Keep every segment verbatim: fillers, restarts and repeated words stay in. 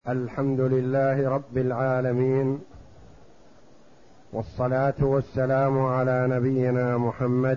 الحمد لله رب العالمين، والصلاة والسلام على نبينا محمد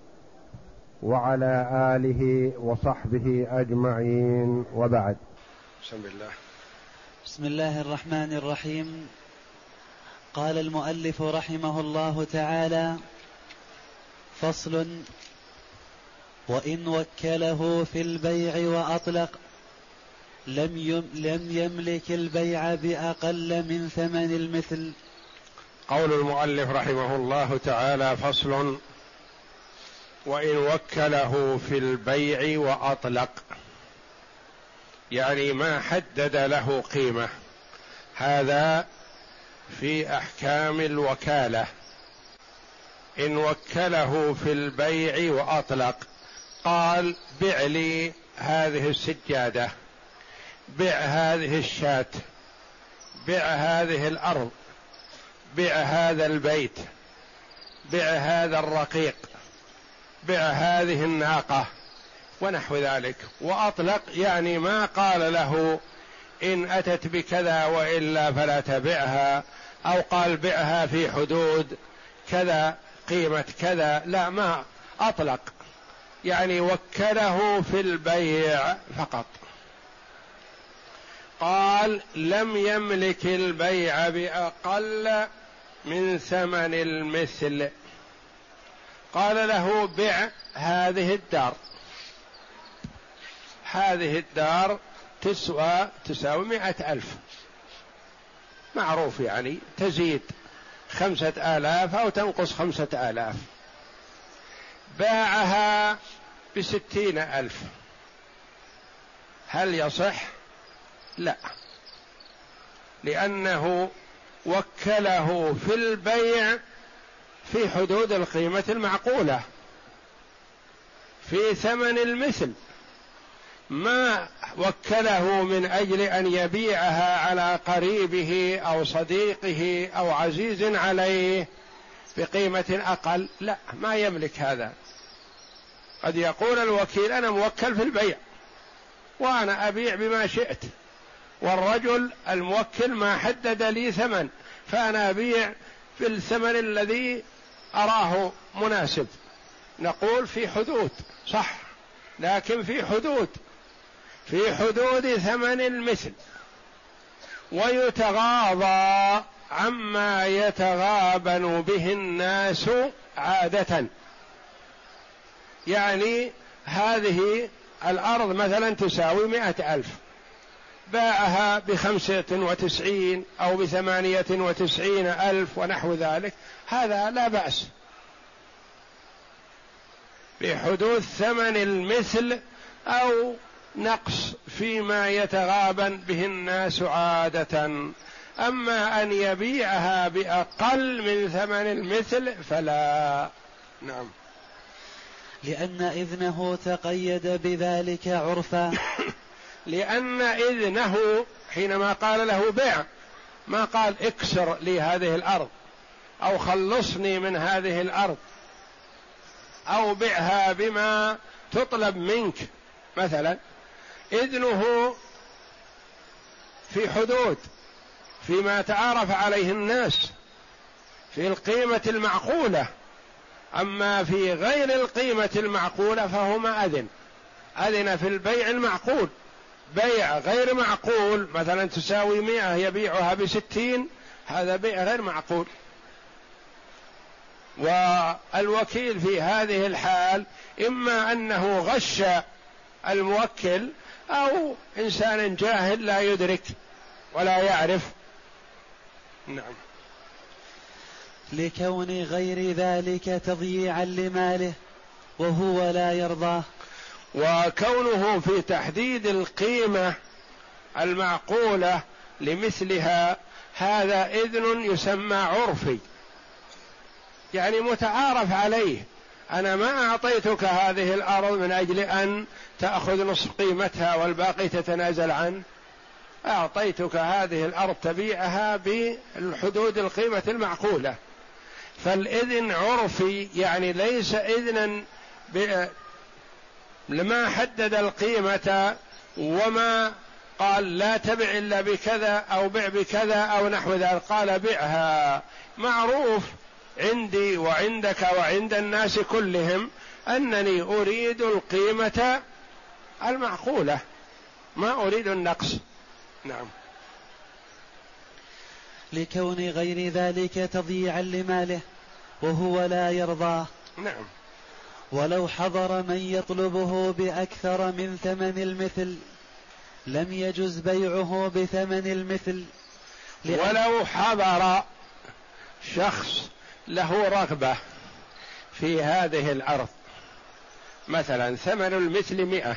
وعلى آله وصحبه أجمعين، وبعد. بسم الله بسم الله الرحمن الرحيم. قال المؤلف رحمه الله تعالى: فصل: وإن وكله في البيع وأطلق لم لم يملك البيع بأقل من ثمن المثل. قول المؤلف رحمه الله تعالى: فصل: وإن وكله في البيع وأطلق، يعني ما حدد له قيمة. هذا في أحكام الوكالة. إن وكله في البيع وأطلق، قال: بع لي هذه السجادة، بع هذه الشاة، بع هذه الأرض، بع هذا البيت، بع هذا الرقيق، بع هذه الناقة، ونحو ذلك. وأطلق يعني ما قال له إن أتت بكذا وإلا فلا تبعها، أو قال بعها في حدود كذا قيمة كذا، لا، ما أطلق، يعني وكله في البيع فقط. قال: لم يملك البيع بأقل من ثمن المثل. قال له: بع هذه الدار، هذه الدار تسوى تساوي مئة ألف، معروف، يعني تزيد خمسة آلاف أو تنقص خمسة آلاف. باعها بستين ألف، هل يصح؟ لا، لأنه وكله في البيع في حدود القيمة المعقولة في ثمن المثل، ما وكله من أجل أن يبيعها على قريبه أو صديقه أو عزيز عليه بقيمة أقل، لا، ما يملك هذا. قد يقول الوكيل: أنا موكل في البيع وأنا أبيع بما شئت، والرجل الموكل ما حدد لي ثمن، فأنا أبيع في الثمن الذي أراه مناسب. نقول في حدود، صح، لكن في حدود في حدود ثمن المثل، ويتغاضى عما يتغابن به الناس عادة. يعني هذه الأرض مثلا تساوي مئة ألف، باعها بخمسة وتسعين أو بثمانية وتسعين ألف ونحو ذلك، هذا لا بأس، بحدود ثمن المثل أو نقص فيما يتغابن به الناس عادة. أما أن يبيعها بأقل من ثمن المثل فلا. نعم. لأن إذنه تقيد بذلك عرفا. لأن إذنه حينما قال له بيع، ما قال اكسر لي هذه الأرض، أو خلصني من هذه الأرض، أو بعها بما تطلب منك مثلا. إذنه في حدود، فيما تعارف عليه الناس، في القيمة المعقولة. أما في غير القيمة المعقولة فهو ما أذن. أذن في البيع المعقول. بيع غير معقول، مثلا تساوي مئة يبيعها بستين، هذا بيع غير معقول. والوكيل في هذه الحال إما أنه غش الموكل، أو إنسان جاهل لا يدرك ولا يعرف. نعم. لكون غير ذلك تضييعا لماله وهو لا يرضاه. وكونه في تحديد القيمة المعقولة لمثلها، هذا إذن يسمى عرفي، يعني متعارف عليه. أنا ما أعطيتك هذه الأرض من أجل أن تأخذ نصف قيمتها والباقي تتنازل عنه، أعطيتك هذه الأرض تبيعها بالحدود القيمة المعقولة. فالإذن عرفي، يعني ليس إذنا ب... لما حدد القيمة وما قال لا تبع إلا بكذا أو بع بكذا أو نحو ذلك، قال بعها، معروف عندي وعندك وعند الناس كلهم أنني أريد القيمة المعقولة، ما أريد النقص. نعم. لكون غير ذلك تضييعا لماله وهو لا يرضاه. نعم. ولو حضر من يطلبه بأكثر من ثمن المثل لم يجز بيعه بثمن المثل. ولو حضر شخص له رغبة في هذه الأرض، مثلا ثمن المثل مئة،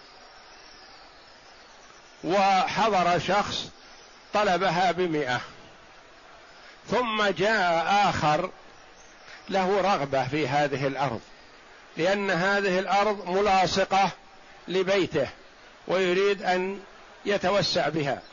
وحضر شخص طلبها بمئة، ثم جاء آخر له رغبة في هذه الأرض لأن هذه الأرض ملاصقة لبيته ويريد أن يتوسع بها،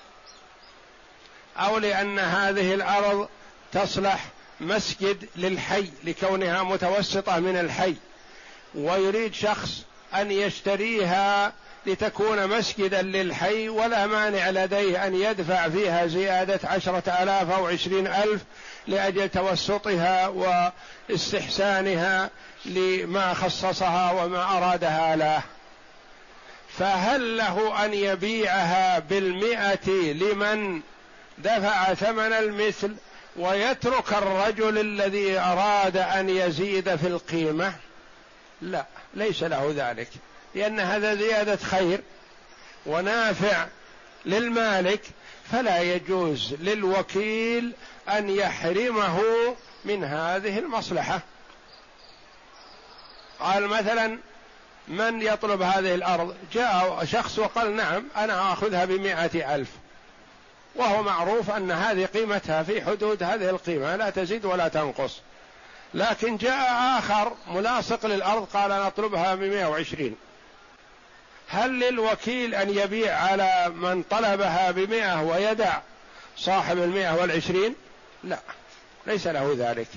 أو لأن هذه الأرض تصلح مسجد للحي لكونها متوسطة من الحي، ويريد شخص أن يشتريها لتكون مسجدا للحي ولا مانع لديه أن يدفع فيها زيادة عشرة آلاف أو عشرين ألف لأجل توسطها واستحسانها لما خصصها وما أرادها له. فهل له أن يبيعها بالمئة لمن دفع ثمن المثل ويترك الرجل الذي أراد أن يزيد في القيمة؟ لا، ليس له ذلك، لأن هذا زيادة خير ونافع للمالك، فلا يجوز للوكيل أن يحرمه من هذه المصلحة. قال مثلا من يطلب هذه الأرض، جاء شخص وقال نعم أنا أخذها بمائة ألف، وهو معروف أن هذه قيمتها في حدود هذه القيمة لا تزيد ولا تنقص، لكن جاء آخر ملاصق للأرض قال نطلبها بمائة وعشرين، هل للوكيل أن يبيع على من طلبها بمائة ويدع صاحب المائة والعشرين؟ لا، ليس له ذلك.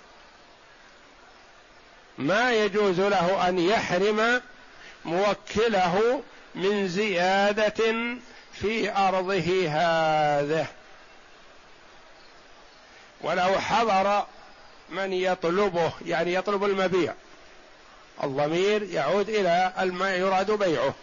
ما يجوز له أن يحرم موكله من زيادة في أرضه هذه. ولو حضر من يطلبه، يعني يطلب المبيع، الضمير يعود إلى ما يراد بيعه،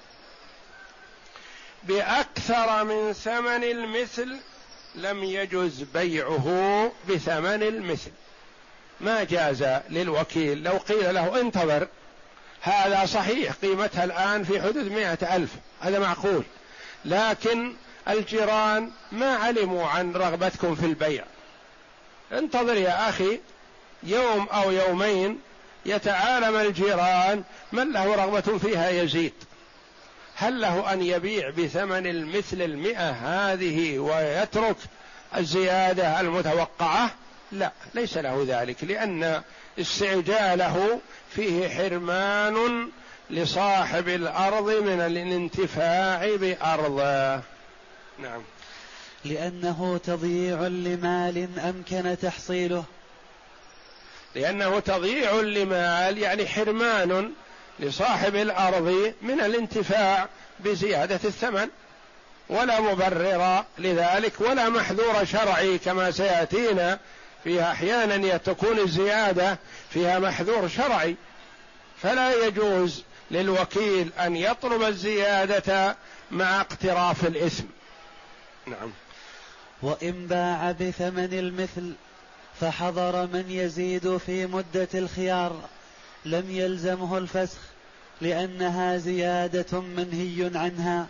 بأكثر من ثمن المثل لم يجز بيعه بثمن المثل. ما جاز للوكيل لو قيل له انتظر، هذا صحيح قيمتها الآن في حدود مائة ألف، هذا معقول، لكن الجيران ما علموا عن رغبتكم في البيع، انتظر يا أخي يوم أو يومين يتعالم الجيران من له رغبة فيها يزيد. هل له أن يبيع بثمن المثل المئة هذه ويترك الزيادة المتوقعة؟ لا، ليس له ذلك، لأن استعجاله فيه حرمان لصاحب الأرض من الانتفاع بأرضه. نعم. لأنه تضييع لمال أمكن تحصيله. لأنه تضييع لمال يعني حرمان لصاحب الأرض من الانتفاع بزيادة الثمن، ولا مبرر لذلك ولا محذور شرعي كما سيأتينا، فيها أحيانا تكون الزيادة فيها محذور شرعي، فلا يجوز للوكيل أن يطلب الزيادة مع اقتراف الإثم. نعم. وإن باع بثمن المثل فحضر من يزيد في مدة الخيار لم يلزمه الفسخ، لأنها زيادة منهي عنها،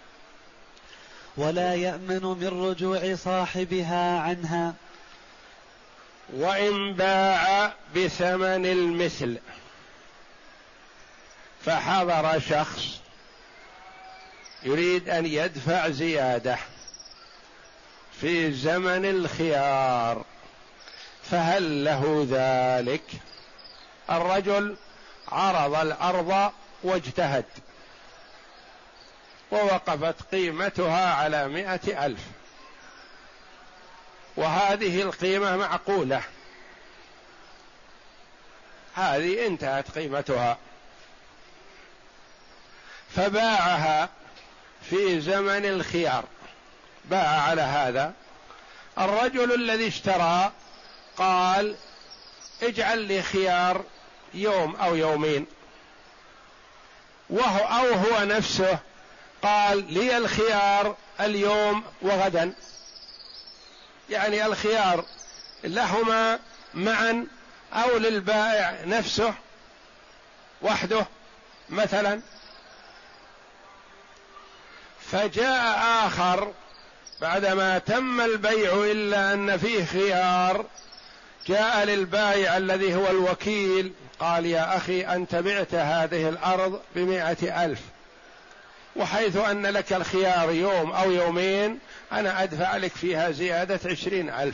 ولا يأمن من رجوع صاحبها عنها. وإن باع بثمن المثل فحضر شخص يريد أن يدفع زيادة في زمن الخيار، فهل له ذلك؟ الرجل عرض الأرض واجتهد ووقفت قيمتها على مائة ألف، وهذه القيمة معقولة، هذه انتهت قيمتها، فباعها في زمن الخيار، باع على هذا. الرجل الذي اشترى قال اجعل لي خيار يوم أو يومين، وهو أو هو نفسه قال لي الخيار اليوم وغدا، يعني الخيار لهما معا أو للبائع نفسه وحده مثلا. فجاء آخر بعدما تم البيع إلا أن فيه خيار، جاء للبائع الذي هو الوكيل قال يا أخي أنت بعت هذه الأرض بمائة ألف، وحيث أن لك الخيار يوم أو يومين أنا أدفع لك فيها زيادة عشرين ألف،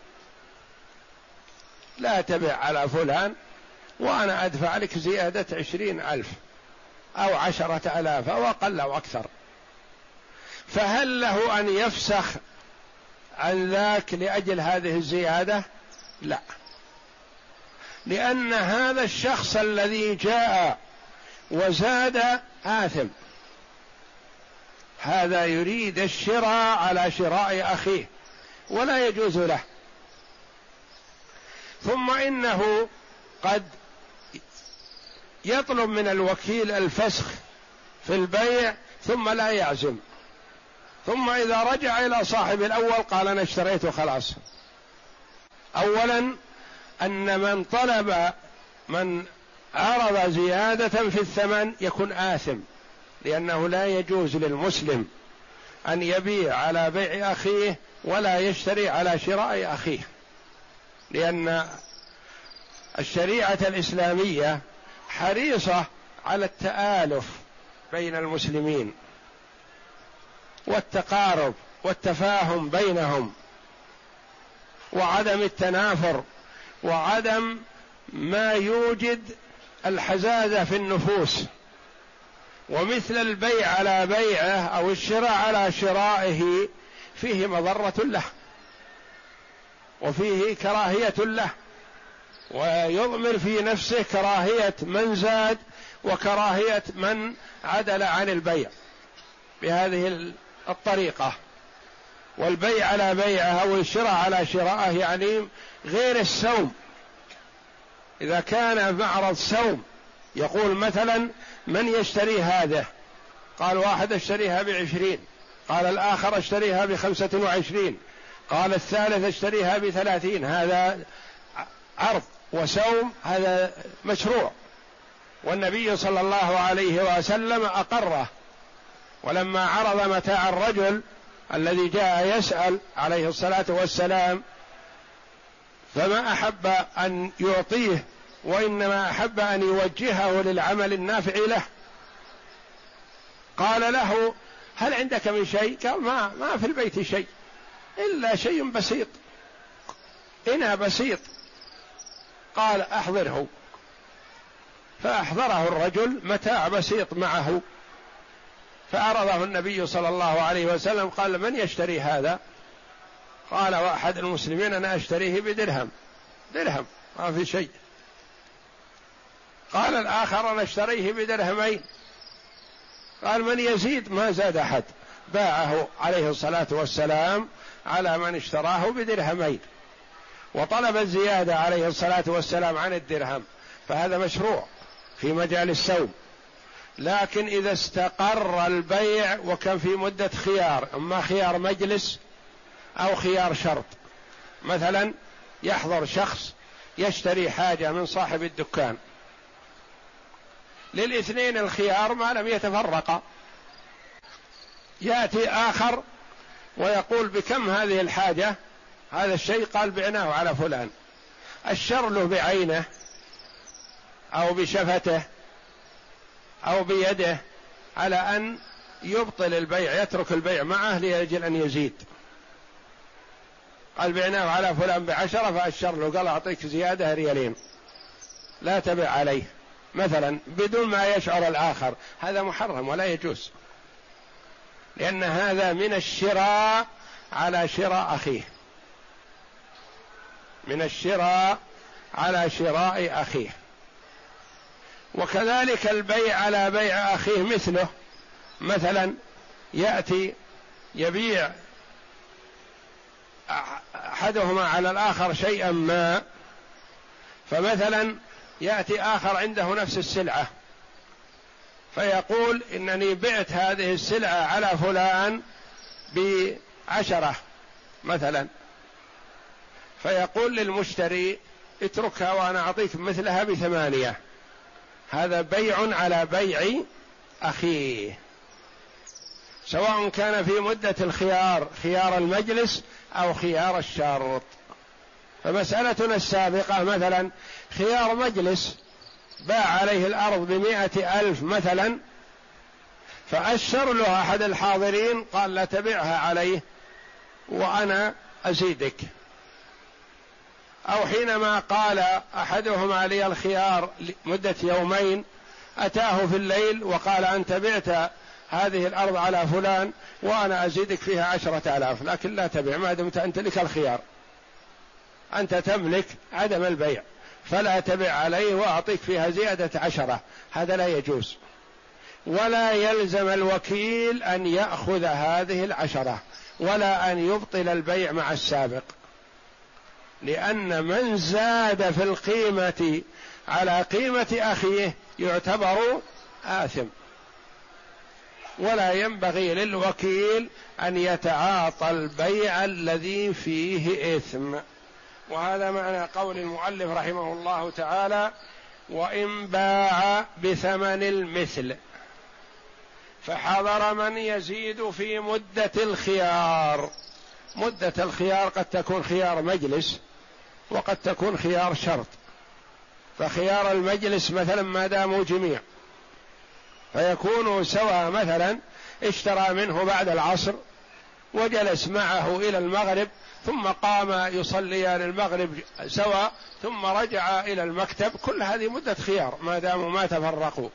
لا تبع على فلان وأنا أدفع لك زيادة عشرين ألف أو عشرة ألاف أو أقل أو أكثر. فهل له أن يفسخ عن ذاك لأجل هذه الزيادة؟ لا، لأن هذا الشخص الذي جاء وزاد آثم، هذا يريد الشراء على شراء أخيه ولا يجوز له. ثم إنه قد يطلب من الوكيل الفسخ في البيع ثم لا يعزم، ثم إذا رجع إلى صاحب الأول قال أنا اشتريته خلاص. أولا أن من طلب من عرض زيادة في الثمن يكون آثم، لأنه لا يجوز للمسلم أن يبيع على بيع أخيه ولا يشتري على شراء أخيه، لأن الشريعة الإسلامية حريصة على التآلف بين المسلمين والتقارب والتفاهم بينهم وعدم التنافر وعدم ما يوجد الحزازة في النفوس. ومثل البيع على بيعه أو الشراء على شرائه فيه مضرة له وفيه كراهية له، ويضمر في نفسه كراهية من زاد وكراهية من عدل عن البيع بهذه الطريقة. والبيع على بيعه أو الشراء على شراءه يعني غير السوم. إذا كان معرض سوم يقول مثلا من يشتري هذا، قال واحد اشتريها بعشرين، قال الآخر اشتريها بخمسة وعشرين، قال الثالث اشتريها بثلاثين، هذا عرض وسوم، هذا مشروع، والنبي صلى الله عليه وسلم أقره. ولما عرض متاع الرجل الذي جاء يسأل عليه الصلاة والسلام فما أحب أن يعطيه وإنما أحب أن يوجهه للعمل النافع له، قال له هل عندك من شيء؟ قال ما, ما في البيت شيء إلا شيء بسيط، إناء بسيط. قال أحضره، فأحضره الرجل متاع بسيط معه، فعرضه النبي صلى الله عليه وسلم، قال من يشتري هذا؟ قال أحد المسلمين أنا أشتريه بدرهم، درهم ما في شيء. قال الآخر أنا أشتريه بدرهمين، قال من يزيد؟ ما زاد أحد، باعه عليه الصلاة والسلام على من اشتراه بدرهمين، وطلب الزيادة عليه الصلاة والسلام عن الدرهم، فهذا مشروع في مجال السوم. لكن إذا استقر البيع وكان في مدة خيار، إما خيار مجلس أو خيار شرط، مثلا يحضر شخص يشتري حاجة من صاحب الدكان، للاثنين الخيار ما لم يتفرقا، يأتي آخر ويقول بكم هذه الحاجة هذا الشيء؟ قال بعناه على فلان، الشر له بعينه أو بشفته أو بيده على أن يبطل البيع، يترك البيع معه لأجل أن يزيد. قال بعناه على فلان بعشرة فالشر له، قال أعطيك زيادة ريالين لا تبع عليه مثلا بدون ما يشعر الآخر، هذا محرم ولا يجوز، لأن هذا من الشراء على شراء أخيه، من الشراء على شراء أخيه. وكذلك البيع على بيع أخيه مثله، مثلا يأتي يبيع أحدهما على الآخر شيئا ما، فمثلا يأتي آخر عنده نفس السلعة فيقول إنني بعت هذه السلعة على فلان بعشرة مثلا، فيقول للمشتري اتركها وأنا أعطيك مثلها بثمانية. هذا بيع على بيع أخيه، سواء كان في مدة الخيار خيار المجلس أو خيار الشرط. فمسألتنا السابقة مثلا خيار مجلس، باع عليه الأرض بمائة ألف مثلا، فأشر له أحد الحاضرين قال لا تبيعها عليه وأنا أزيدك. أو حينما قال أحدهما لي الخيار مدة يومين، أتاه في الليل وقال أنت بعت هذه الأرض على فلان وأنا أزيدك فيها عشرة آلاف، لكن لا تبيع ما دمت أنت لك الخيار، أنت تملك عدم البيع، فلا تبع عليه وأعطيك فيها زيادة عشرة. هذا لا يجوز، ولا يلزم الوكيل أن يأخذ هذه العشرة ولا أن يبطل البيع مع السابق، لأن من زاد في القيمة على قيمة أخيه يعتبر آثم، ولا ينبغي للوكيل أن يتعاطى البيع الذي فيه إثم. وهذا معنى قول المؤلف رحمه الله تعالى: وإن باع بثمن المثل فحضر من يزيد في مدة الخيار. مدة الخيار قد تكون خيار مجلس وقد تكون خيار شرط، فخيار المجلس مثلا ما داموا جميع فيكونوا سواء، مثلا اشترى منه بعد العصر وجلس معه إلى المغرب ثم قام يصليان المغرب سوا ثم رجع إلى المكتب، كل هذه مدة خيار ما داموا ما تفرقوا.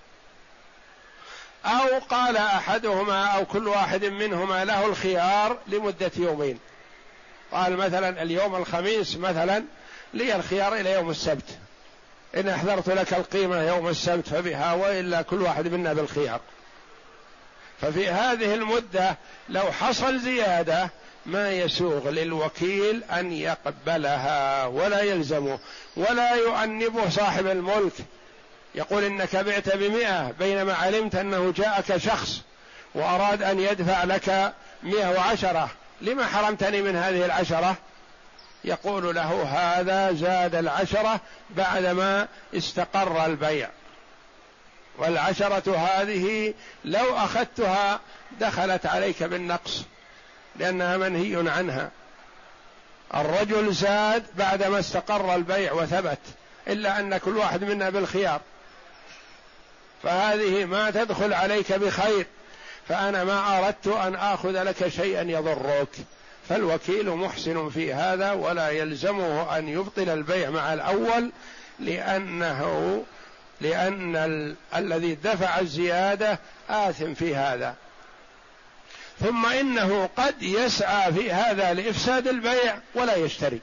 أو قال أحدهما أو كل واحد منهما له الخيار لمدة يومين، قال مثلا اليوم الخميس مثلا لي الخيار إلى يوم السبت، إن أحضرت لك القيمة يوم السبت فبها، وإلا كل واحد منا بالخيار. ففي هذه المدة لو حصل زيادة ما يسوغ للوكيل أن يقبلها ولا يلزمه، ولا يؤنبه صاحب الملك يقول إنك بعت بمئة بينما علمت أنه جاءك شخص وأراد أن يدفع لك مئة وعشرة، لما حرمتني من هذه العشرة؟ يقول له هذا زاد العشرة بعدما استقر البيع، والعشرة هذه لو أخذتها دخلت عليك بالنقص لأنها منهي عنها. الرجل زاد بعدما استقر البيع وثبت، إلا أن كل واحد منا بالخيار، فهذه ما تدخل عليك بخير، فأنا ما أردت أن آخذ لك شيئا يضرك. فالوكيل محسن في هذا ولا يلزمه أن يبطل البيع مع الأول، لأنه لأن ال... الذي دفع الزيادة آثم في هذا. ثم إنه قد يسعى في هذا لإفساد البيع ولا يشتري.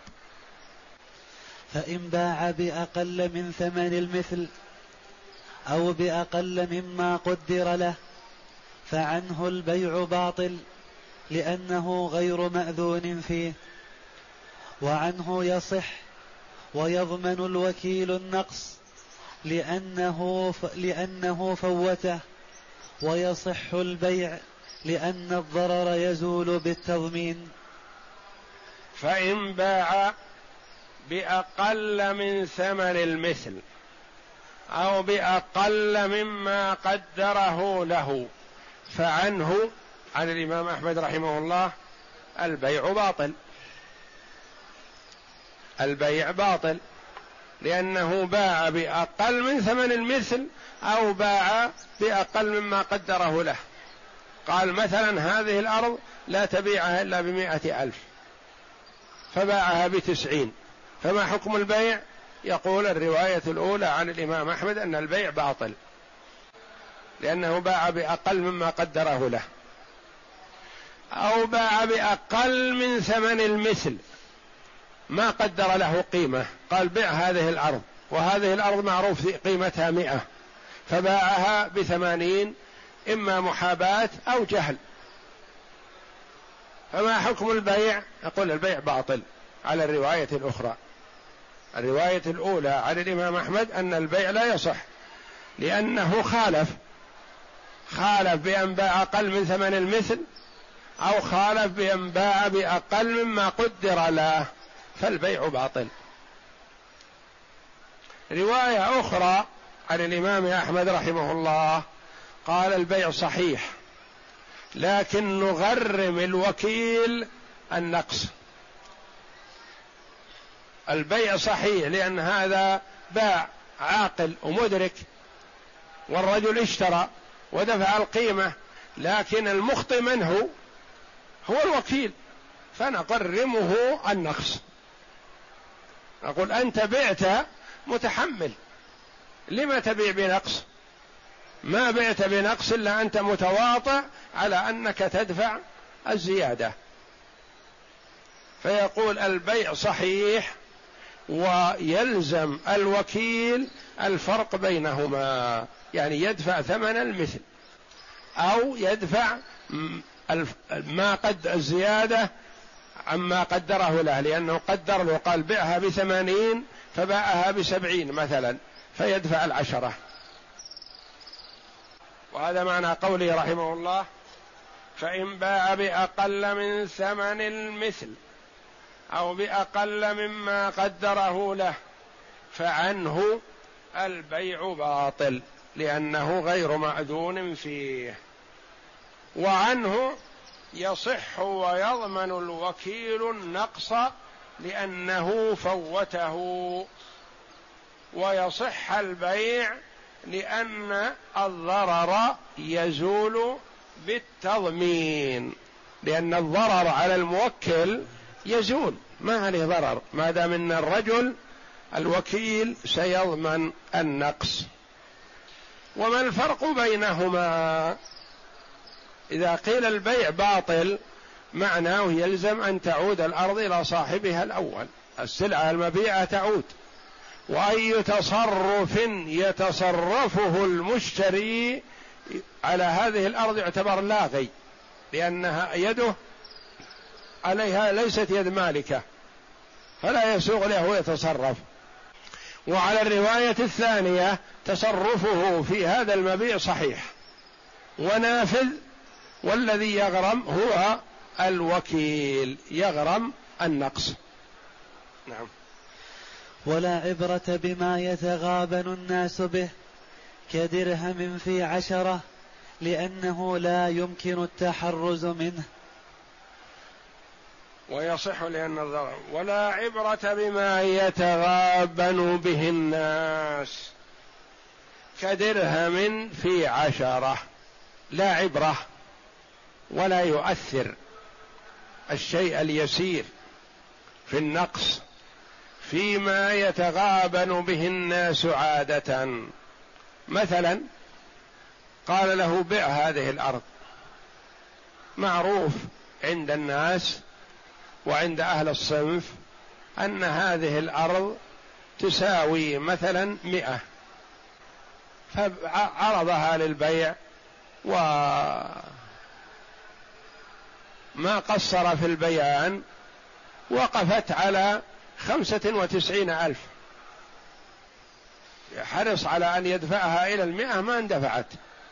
فإن باع بأقل من ثمن المثل أو بأقل مما قدر له فعنه البيع باطل، لأنه غير مأذون فيه، وعنه يصح ويضمن الوكيل النقص لأنه, ف... لأنه فوته، ويصح البيع لأن الضرر يزول بالتضمين. فإن باع بأقل من ثمن المثل أو بأقل مما قدره له فعنه، عن الإمام أحمد رحمه الله، البيع باطل. البيع باطل لأنه باع بأقل من ثمن المثل أو باع بأقل مما قدره له. قال مثلا هذه الأرض لا تبيعها إلا بمائة ألف فباعها بتسعين، فما حكم البيع؟ يقول الرواية الأولى عن الإمام أحمد أن البيع باطل لأنه باع بأقل مما قدره له. أو باع بأقل من ثمن المثل ما قدر له قيمة، قال بيع هذه الأرض وهذه الأرض معروف قيمتها مئة فباعها بثمانين إما محاباة أو جهل. فما حكم البيع؟ يقول البيع باطل على الرواية الأخرى. الرواية الأولى عن الإمام أحمد أن البيع لا يصح لأنه خالف خالف بأن باع أقل من ثمن المثل، أو خالف بأن باع بأقل مما قدر له، فالبيع باطل. رواية أخرى عن الإمام أحمد رحمه الله قال البيع صحيح لكن نغرم الوكيل النقص. البيع صحيح لأن هذا باع عاقل ومدرك، والرجل اشترى ودفع القيمة، لكن المخطئ من هو؟ هو الوكيل، فنغرمه النقص. نقول أنت بعت متحمل، لما تبيع بنقص؟ ما بعت بنقص إلا أنت متواطئ على أنك تدفع الزيادة. فيقول البيع صحيح ويلزم الوكيل الفرق بينهما، يعني يدفع ثمن المثل أو يدفع ما قد الزيادة عما قدره له، لأنه قدر له قال بيعها بثمانين فباعها بسبعين مثلا، فيدفع العشرة. وهذا معنى قوله رحمه الله: فإن باع بأقل من ثمن المثل أو بأقل مما قدره له فعنه البيع باطل لأنه غير مأذون فيه، وعنه يصح ويضمن الوكيل النقص لأنه فوته، ويصح البيع لأن الضرر يزول بالتضمين، لأن الضرر على الموكل يزول، ما عليه ضرر ما دام ان الرجل الوكيل سيضمن النقص. وما الفرق بينهما؟ إذا قيل البيع باطل معناه يلزم أن تعود الأرض إلى صاحبها الأول، السلعة المبيعة تعود، وأي تصرف يتصرفه المشتري على هذه الأرض يعتبر لاغي، لأنها يده عليها ليست يد مالكة، فلا يسوغ له يتصرف. وعلى الرواية الثانية تصرفه في هذا المبيع صحيح ونافذ، والذي يغرم هو الوكيل، يغرم النقص. نعم. ولا عبرة بما يتغابن الناس به كدرهم في عشرة لأنه لا يمكن التحرز منه. ويصح لأن الضرر. ولا عبرة بما يتغابن به الناس كدرهم في عشرة، لا عبرة ولا يؤثر الشيء اليسير في النقص فيما يتغابن به الناس عادة. مثلا قال له بع هذه الأرض، معروف عند الناس وعند أهل الصنف أن هذه الأرض تساوي مثلا مئة، فعرضها للبيع وما قصر في البيان، وقفت على خمسة وتسعين ألف، حرص على أن يدفعها إلى المئة ما اندفعت،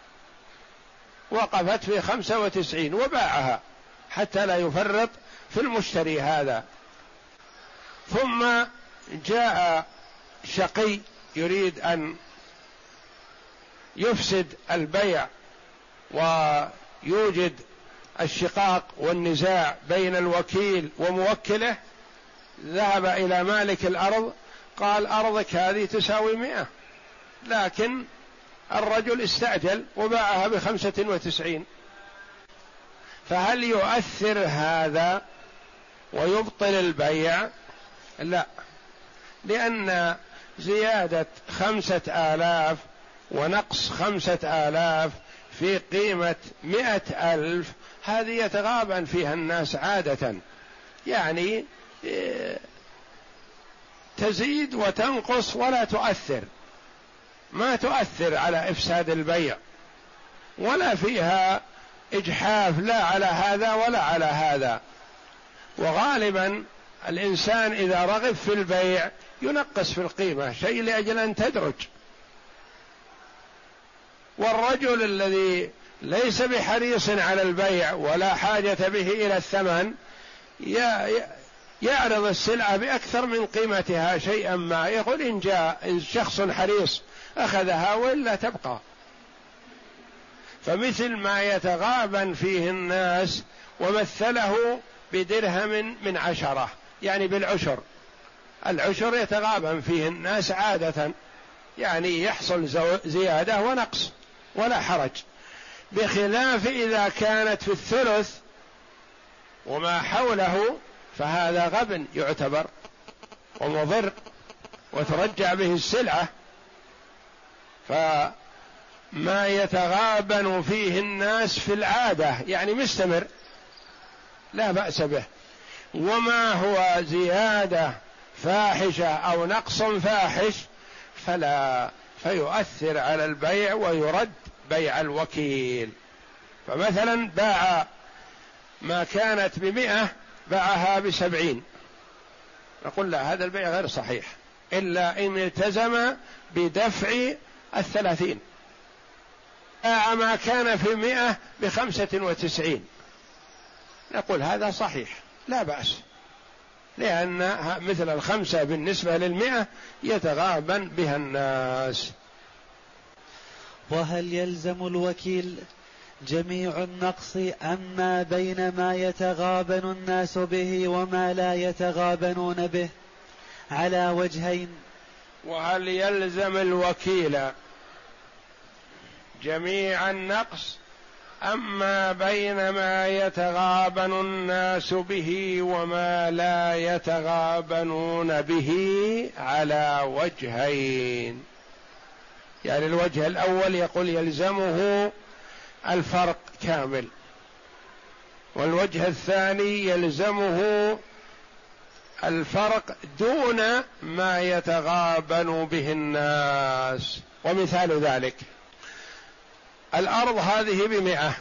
وقفت في خمسة وتسعين وباعها حتى لا يفرط في المشتري هذا. ثم جاء شقي يريد أن يفسد البيع ويوجد الشقاق والنزاع بين الوكيل وموكله، ذهب إلى مالك الأرض قال أرضك هذه تساوي مئة، لكن الرجل استعجل وباعها بخمسة وتسعين، فهل يؤثر هذا ويبطل البيع؟ لا، لأن زيادة خمسة آلاف ونقص خمسة آلاف في قيمة مئة ألف هذه يتغابن فيها الناس عادة، يعني تزيد وتنقص ولا تؤثر، ما تؤثر على إفساد البيع. ولا فيها إجحاف لا على هذا ولا على هذا. وغالبا الإنسان إذا رغب في البيع ينقص في القيمة شيء لأجل أن تدرج. والرجل الذي ليس بحريص على البيع ولا حاجة به إلى الثمن يعرض السلعة بأكثر من قيمتها شيئا ما، يقول إن جاء إن شخص حريص أخذها وإلا تبقى. فمثل ما يتغابن فيه الناس ومثله بدرهم من عشرة، يعني بالعشر. العشر يتغابن فيه الناس عادة، يعني يحصل زيادة ونقص ولا حرج، بخلاف إذا كانت في الثلث وما حوله فهذا غبن يعتبر ومضر وترجع به السلعة. فما يتغابن فيه الناس في العادة يعني مستمر لا بأس به، وما هو زيادة فاحشة أو نقص فاحش فلا، فيؤثر على البيع ويرد بيع الوكيل. فمثلا باع ما كانت بمئة باعها بسبعين، نقول لا هذا البيع غير صحيح إلا إن التزم بدفع الثلاثين. باع ما كان في مئة بخمسة وتسعين، نقول هذا صحيح لا بأس، لأن مثل الخمسة بالنسبة للمئة يتغابن بها الناس. وهل يلزم الوكيل جميع النقص أم ما بين ما يتغابن الناس به وما لا يتغابنون به؟ على وجهين. وهل يلزم الوكيل جميع النقص أم ما بين ما يتغابن الناس به وما لا يتغابنون به؟ على وجهين. يعني الوجه الأول يقول يلزمه الفرق كامل، والوجه الثاني يلزمه الفرق دون ما يتغابن به الناس. ومثال ذلك الأرض هذه بمئة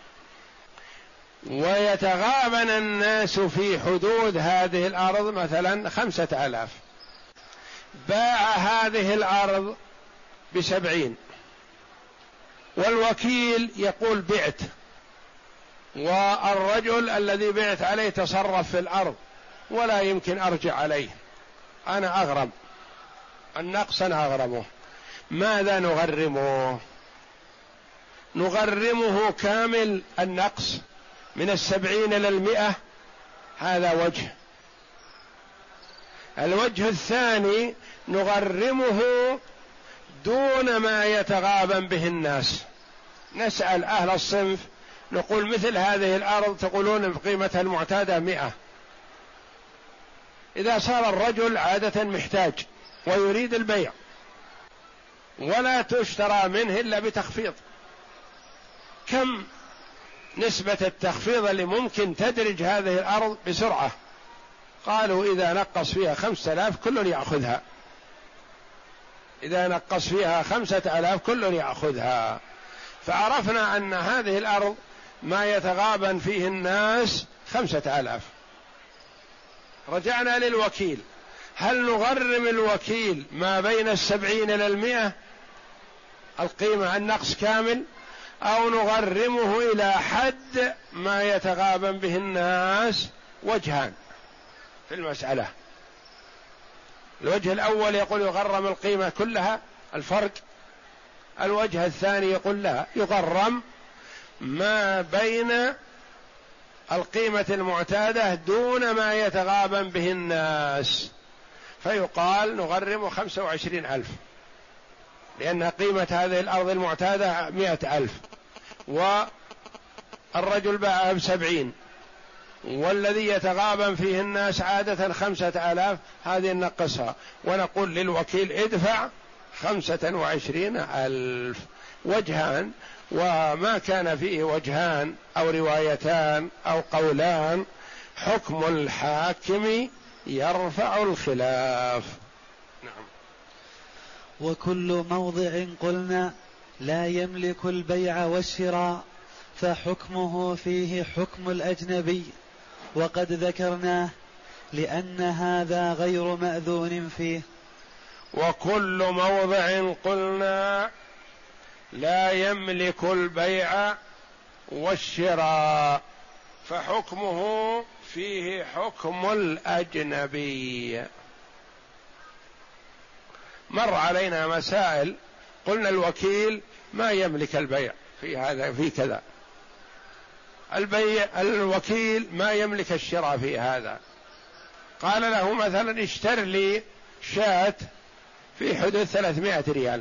ويتغابن الناس في حدود هذه الأرض مثلا خمسة آلاف، باع هذه الأرض بسبعين والوكيل يقول بعت، والرجل الذي بعت عليه تصرف في الأرض ولا يمكن أرجع عليه، أنا أغرم النقص أنا أغرمه، ماذا نغرمه؟ نغرمه كامل النقص من السبعين إلى المئة، هذا وجه. الوجه الثاني نغرمه دون ما يتغابن به الناس. نسأل أهل الصنف نقول مثل هذه الأرض تقولون بقيمتها المعتادة مئة، إذا صار الرجل عادة محتاج ويريد البيع ولا تشترى منه إلا بتخفيض، كم نسبة التخفيض اللي ممكن تدرج هذه الأرض بسرعة؟ قالوا إذا نقص فيها خمسة آلاف كل يأخذها، إذا نقص فيها خمسة آلاف كل يأخذها. فعرفنا أن هذه الأرض ما يتغابن فيه الناس خمسة آلاف. رجعنا للوكيل، هل نغرم الوكيل ما بين السبعين إلى المئة القيمة النقص كامل، أو نغرمه إلى حد ما يتغابن به الناس؟ وجهان في المسألة. الوجه الأول يقول يغرم القيمة كلها الفرق، الوجه الثاني يقول لا، يغرم ما بين القيمة المعتادة دون ما يتغابن به الناس، فيقال نغرم خمسة وعشرين ألف، لأن قيمة هذه الأرض المعتادة مئة ألف والرجل باعها بسبعين، والذي يتغابن فيه الناس عادة خمسة آلاف، هذه نقصها ونقول للوكيل ادفع خمسة وعشرين ألف. وجهان، وما كان فيه وجهان أو روايتان أو قولان حكم الحاكم يرفع الخلاف. نعم. وكل موضع قلنا لا يملك البيع والشراء فحكمه فيه حكم الأجنبي، وقد ذكرناه لأن هذا غير مأذون فيه. وكل موضع قلنا لا يملك البيع والشراء فحكمه فيه حكم الأجنبي. مر علينا مسائل قلنا الوكيل ما يملك البيع في هذا في كذا، البيع الوكيل ما يملك الشراء في هذا. قال له مثلا اشتر لي شاة في حدود ثلاثمائة ريال،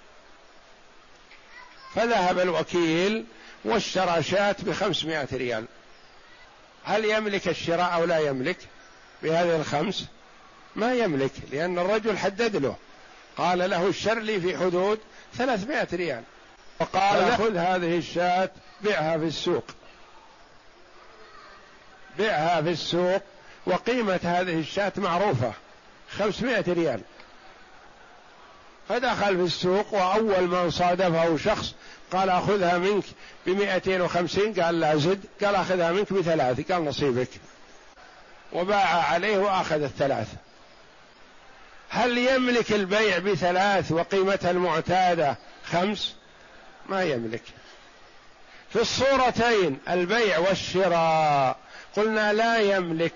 فذهب الوكيل واشترى شاة بخمسمائة ريال، هل يملك الشراء أو لا يملك بهذه الخمس؟ ما يملك، لأن الرجل حدد له قال له اشتر لي في حدود ثلاثمائة ريال، وقال خذ هذه الشاة بيعها في السوق، بيعها في السوق وقيمة هذه الشاة معروفة خمسمائة ريال. فدخل في السوق وأول من صادفه شخص قال أخذها منك بمائتين وخمسين، قال لا زد، قال أخذها منك بثلاث، قال نصيبك، وباع عليه وأخذ الثلاث. هل يملك البيع بثلاث وقيمتها المعتادة خمس؟ ما يملك. في الصورتين البيع والشراء قلنا لا يملك،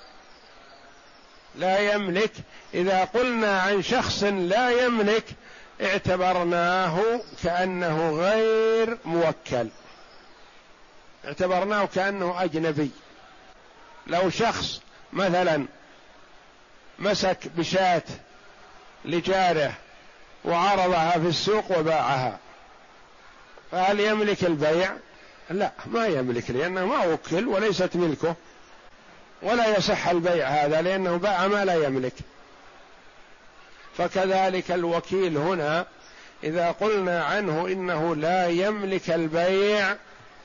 لا يملك. إذا قلنا عن شخص لا يملك اعتبرناه كأنه غير موكل، اعتبرناه كأنه أجنبي. لو شخص مثلا مسك بشاة لجاره وعرضها في السوق وباعها، فهل يملك البيع؟ لا، ما يملك، لأنه ما وكل وليست ملكه، ولا يصح البيع هذا لأنه باع ما لا يملك. فكذلك الوكيل هنا إذا قلنا عنه إنه لا يملك البيع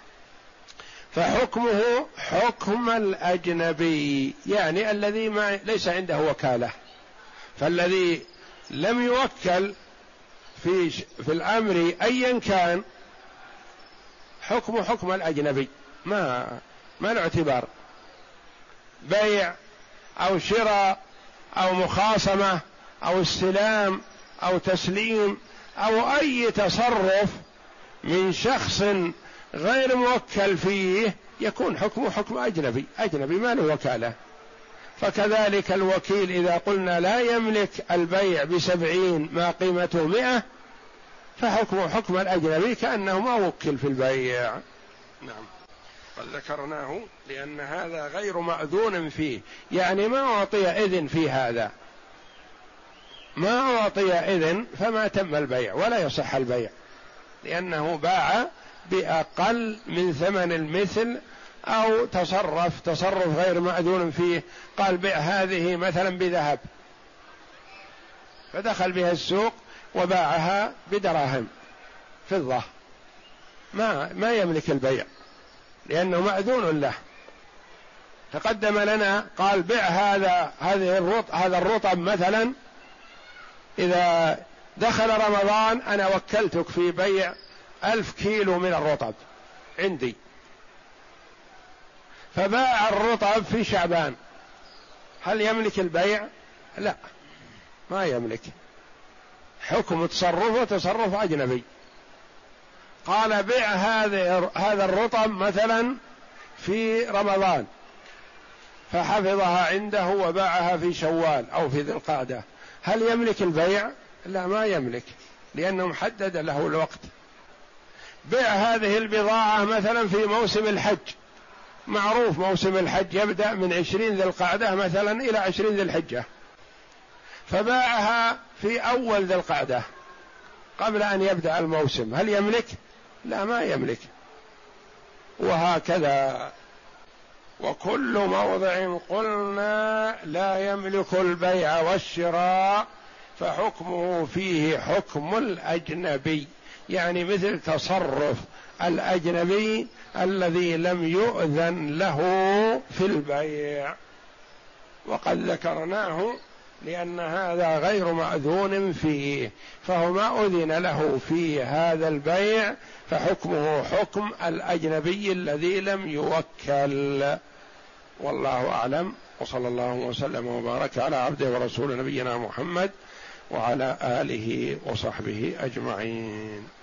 فحكمه حكم الأجنبي، يعني الذي ما ليس عنده وكالة. فالذي لم يوكل في في الأمر أيا كان حكمه حكم الأجنبي، ما ما له اعتبار. بيع أو شراء أو مخاصمة أو استلام أو تسليم أو أي تصرف من شخص غير موكل فيه يكون حكمه حكم أجنبي، أجنبي ما له وكالة. فكذلك الوكيل إذا قلنا لا يملك البيع بسبعين ما قيمته مئة فحكمه حكم الأجنبي كأنه ما وكل في البيع. نعم، قد ذكرناه لأن هذا غير مأذون فيه، يعني ما أعطي إذن في هذا، ما أعطي إذن فما تم البيع ولا يصح البيع، لأنه باع بأقل من ثمن المثل أو تصرف تصرف غير مأذون فيه. قال بيع هذه مثلا بذهب، فدخل بها السوق وباعها بدراهم فضة، ما ما يملك البيع لأنه مأذون له. تقدم لنا قال بيع هذا هذه الرطب هذا الرطب مثلا، إذا دخل رمضان أنا وكلتك في بيع ألف كيلو من الرطب عندي، فباع الرطب في شعبان، هل يملك البيع؟ لا، ما يملك، حكم تصرفه تصرف أجنبي. قال بيع هذا هذا الرطب مثلا في رمضان، فحفظها عنده وباعها في شوال أو في ذي القعدة، هل يملك البيع؟ لا، ما يملك، لأنه محدد له الوقت. بيع هذه البضاعة مثلا في موسم الحج، معروف موسم الحج يبدأ من عشرين ذي القعدة مثلا إلى عشرين ذي الحجة، فباعها في أول ذي القعدة قبل أن يبدأ الموسم، هل يملك؟ لا، ما يملك. وهكذا. وكل موضع قلنا لا يملك البيع والشراء فحكمه فيه حكم الأجنبي، يعني مثل تصرف الأجنبي الذي لم يؤذن له في البيع. وقد ذكرناه لأن هذا غير مأذون فيه، فهو ما أذن له في هذا البيع فحكمه حكم الأجنبي الذي لم يوكل. والله أعلم، وصلى الله وسلم وبارك على عبده ورسول نبينا محمد وعلى آله وصحبه أجمعين.